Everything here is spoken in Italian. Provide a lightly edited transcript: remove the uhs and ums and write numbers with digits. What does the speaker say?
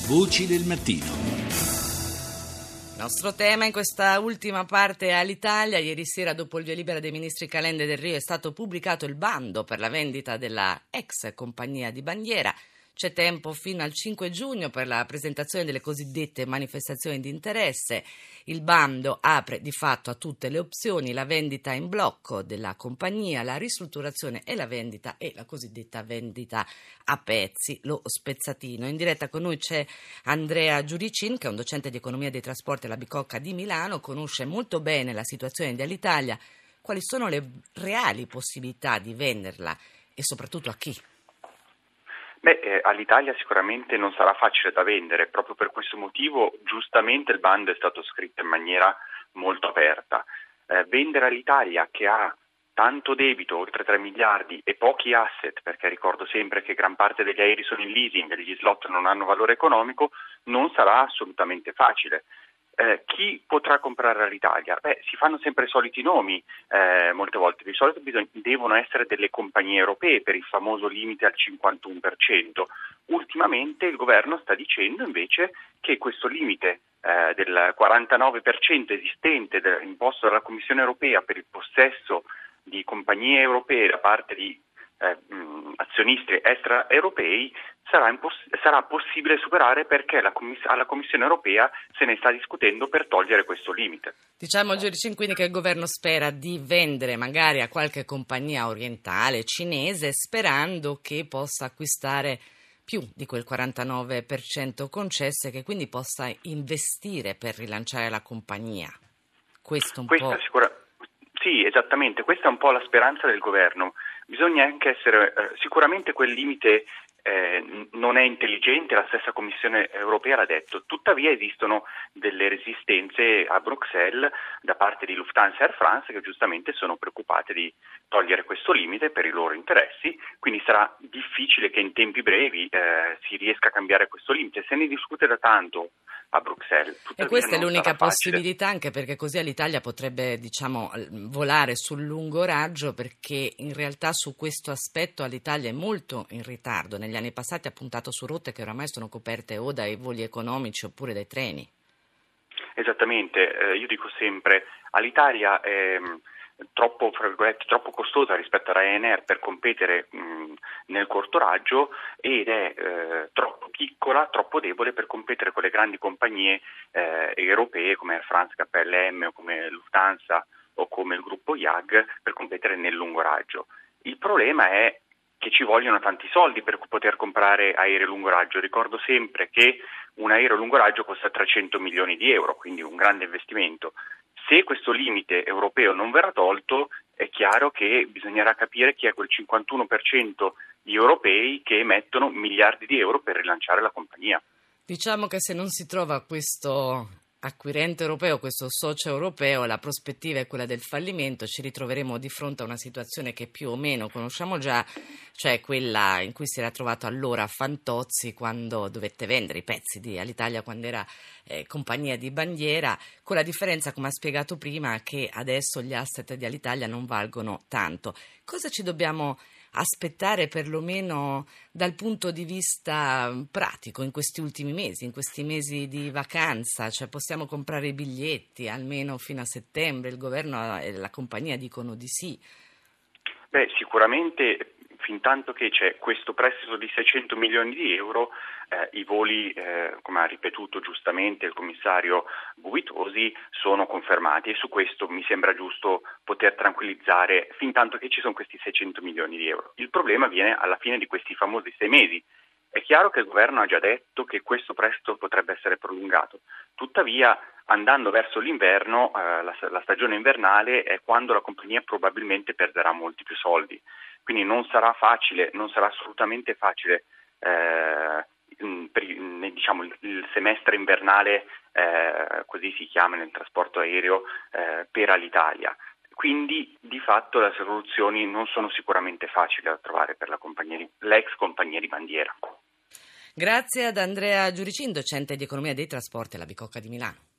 Voci del mattino. Nostro tema in questa ultima parte è Alitalia. Ieri sera, dopo il via libera dei ministri Calenda e Del Rio, è stato pubblicato il bando per la vendita della ex compagnia di bandiera. C'è tempo fino al 5 giugno per la presentazione delle cosiddette manifestazioni di interesse. Il bando apre di fatto a tutte le opzioni: la vendita in blocco della compagnia, la ristrutturazione e la vendita, e la cosiddetta vendita a pezzi, lo spezzatino. In diretta con noi c'è Andrea Giuricin, che è un docente di economia dei trasporti alla Bicocca di Milano, conosce molto bene la situazione di Alitalia. Quali sono le reali possibilità di venderla e soprattutto a chi? All'Italia sicuramente non sarà facile da vendere, proprio per questo motivo giustamente il bando è stato scritto in maniera molto aperta. Vendere all'Italia, che ha tanto debito, oltre 3 miliardi, e pochi asset, perché ricordo sempre che gran parte degli aerei sono in leasing e gli slot non hanno valore economico, non sarà assolutamente facile. Chi potrà comprare all'Italia? Si fanno sempre i soliti nomi, molte volte. Di solito devono essere delle compagnie europee per il famoso limite al 51%. Ultimamente il governo sta dicendo invece che questo limite del 49% esistente imposto dalla Commissione europea per il possesso di compagnie europee da parte di azionisti extraeuropei sarà possibile superare, perché alla Commissione europea se ne sta discutendo per togliere questo limite. Diciamo, Giuricin, quindi, che il governo spera di vendere magari a qualche compagnia orientale, cinese, sperando che possa acquistare più di quel 49% concesso e che quindi possa investire per rilanciare la compagnia. Sì, esattamente, questa è un po' la speranza del governo. Bisogna anche essere, sicuramente quel limite non è intelligente, la stessa Commissione europea l'ha detto, tuttavia esistono delle resistenze a Bruxelles da parte di Lufthansa e Air France, che giustamente sono preoccupate di togliere questo limite per i loro interessi, quindi sarà difficile che in tempi brevi si riesca a cambiare questo limite. Se ne discute da tanto a Bruxelles. E questa è l'unica possibilità, anche perché così l'Italia potrebbe, volare sul lungo raggio, perché in realtà su questo aspetto l'Italia è molto in ritardo. Negli anni passati ha puntato su rotte che oramai sono coperte o dai voli economici oppure dai treni. Esattamente, io dico sempre, all'Italia è troppo costosa rispetto a Ryanair per competere nel corto raggio, ed è troppo piccola, troppo debole per competere con le grandi compagnie europee come Air France, KLM, o come Lufthansa o come il gruppo IAG, per competere nel lungo raggio. Il problema è che ci vogliono tanti soldi per poter comprare aerei lungo raggio. Ricordo sempre che un aereo lungo raggio costa 300 milioni di euro, quindi un grande investimento. Se questo limite europeo non verrà tolto, è chiaro che bisognerà capire chi è quel 51% di europei che mettono miliardi di euro per rilanciare la compagnia. Diciamo che se non si trova questo acquirente europeo, questo socio europeo, la prospettiva è quella del fallimento. Ci ritroveremo di fronte a una situazione che più o meno conosciamo già, cioè quella in cui si era trovato allora Fantozzi quando dovette vendere i pezzi di Alitalia, quando era compagnia di bandiera, con la differenza, come ha spiegato prima, che adesso gli asset di Alitalia non valgono tanto. Cosa ci dobbiamo aspettare perlomeno dal punto di vista pratico in questi ultimi mesi, in questi mesi di vacanza? Cioè, possiamo comprare i biglietti almeno fino a settembre? Il governo e la compagnia dicono di sì. Sicuramente, fin tanto che c'è questo prestito di 600 milioni di euro, i voli, come ha ripetuto giustamente il commissario Guvitosi, sono confermati, e su questo mi sembra giusto poter tranquillizzare fin tanto che ci sono questi 600 milioni di euro. Il problema viene alla fine di questi famosi 6 mesi. È chiaro che il governo ha già detto che questo prestito potrebbe essere prolungato, tuttavia andando verso l'inverno, la stagione invernale è quando la compagnia probabilmente perderà molti più soldi, quindi non sarà facile, non sarà assolutamente facile il semestre invernale, così si chiama nel trasporto aereo, per Alitalia. Quindi di fatto le soluzioni non sono sicuramente facili da trovare per l'ex compagnia di bandiera. Grazie ad Andrea Giuricin, docente di economia dei trasporti alla Bicocca di Milano.